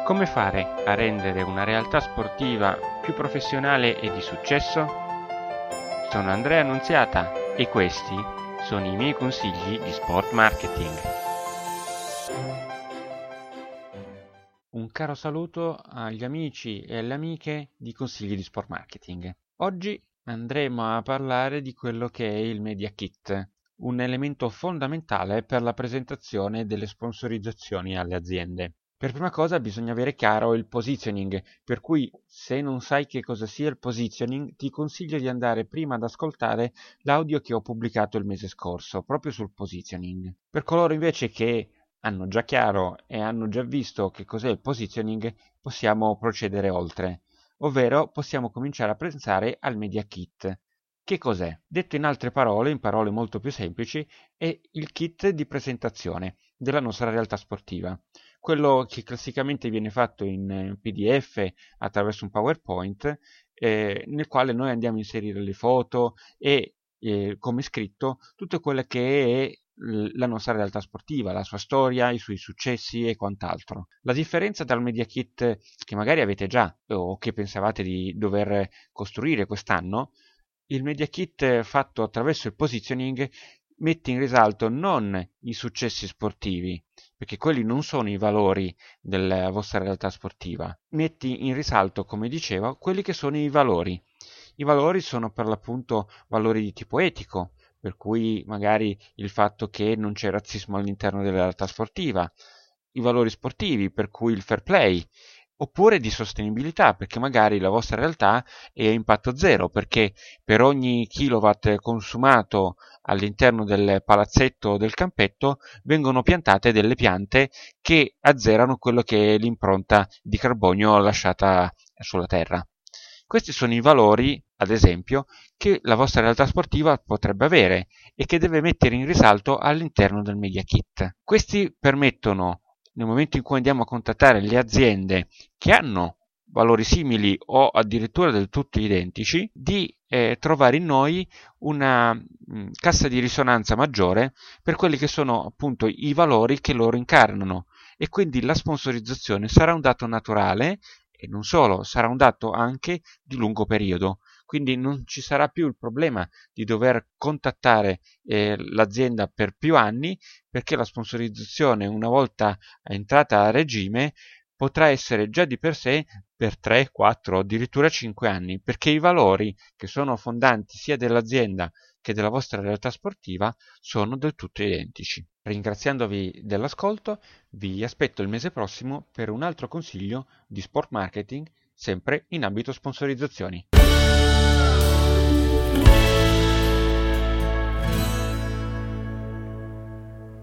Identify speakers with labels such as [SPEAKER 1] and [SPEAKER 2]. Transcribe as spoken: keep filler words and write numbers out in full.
[SPEAKER 1] Come fare a rendere una realtà sportiva più professionale e di successo? Sono Andrea Annunziata e questi sono i miei consigli di sport marketing. Un caro saluto agli amici e alle amiche di Consigli di Sport Marketing. Oggi andremo a parlare di quello che è il Media Kit, un elemento fondamentale per la presentazione delle sponsorizzazioni alle aziende. Per prima cosa bisogna avere chiaro il positioning, per cui se non sai che cosa sia il positioning ti consiglio di andare prima ad ascoltare l'audio che ho pubblicato il mese scorso, proprio sul positioning. Per coloro invece che hanno già chiaro e hanno già visto che cos'è il positioning, possiamo procedere oltre, ovvero possiamo cominciare a pensare al Media Kit. Che cos'è? Detto in altre parole, in parole molto più semplici, è il kit di presentazione della nostra realtà sportiva. Quello che classicamente viene fatto in P D F attraverso un PowerPoint, eh, nel quale noi andiamo a inserire le foto e, eh, come scritto, tutto quello che è la nostra realtà sportiva, la sua storia, i suoi successi e quant'altro. La differenza dal Media Kit che magari avete già o che pensavate di dover costruire quest'anno, il Media Kit fatto attraverso il positioning mette in risalto non i successi sportivi, perché quelli non sono i valori della vostra realtà sportiva, metti in risalto, come dicevo, quelli che sono i valori. I valori sono per l'appunto valori di tipo etico, per cui magari il fatto che non c'è razzismo all'interno della realtà sportiva, i valori sportivi, per cui il fair play, oppure di sostenibilità, perché magari la vostra realtà è a impatto zero, perché per ogni kilowatt consumato all'interno del palazzetto o del campetto vengono piantate delle piante che azzerano quello che è l'impronta di carbonio lasciata sulla terra. Questi sono i valori, ad esempio, che la vostra realtà sportiva potrebbe avere e che deve mettere in risalto all'interno del Media Kit. Questi permettono, nel momento in cui andiamo a contattare le aziende che hanno valori simili o addirittura del tutto identici, di eh, trovare in noi una mh, cassa di risonanza maggiore per quelli che sono appunto i valori che loro incarnano, e quindi la sponsorizzazione sarà un dato naturale e non solo, sarà un dato anche di lungo periodo. Quindi non ci sarà più il problema di dover contattare eh, l'azienda per più anni, perché la sponsorizzazione, una volta entrata a regime, potrà essere già di per sé per tre, quattro, addirittura cinque anni, perché i valori che sono fondanti sia dell'azienda che della vostra realtà sportiva sono del tutto identici. Ringraziandovi dell'ascolto, vi aspetto il mese prossimo per un altro consiglio di sport marketing, sempre in ambito sponsorizzazioni.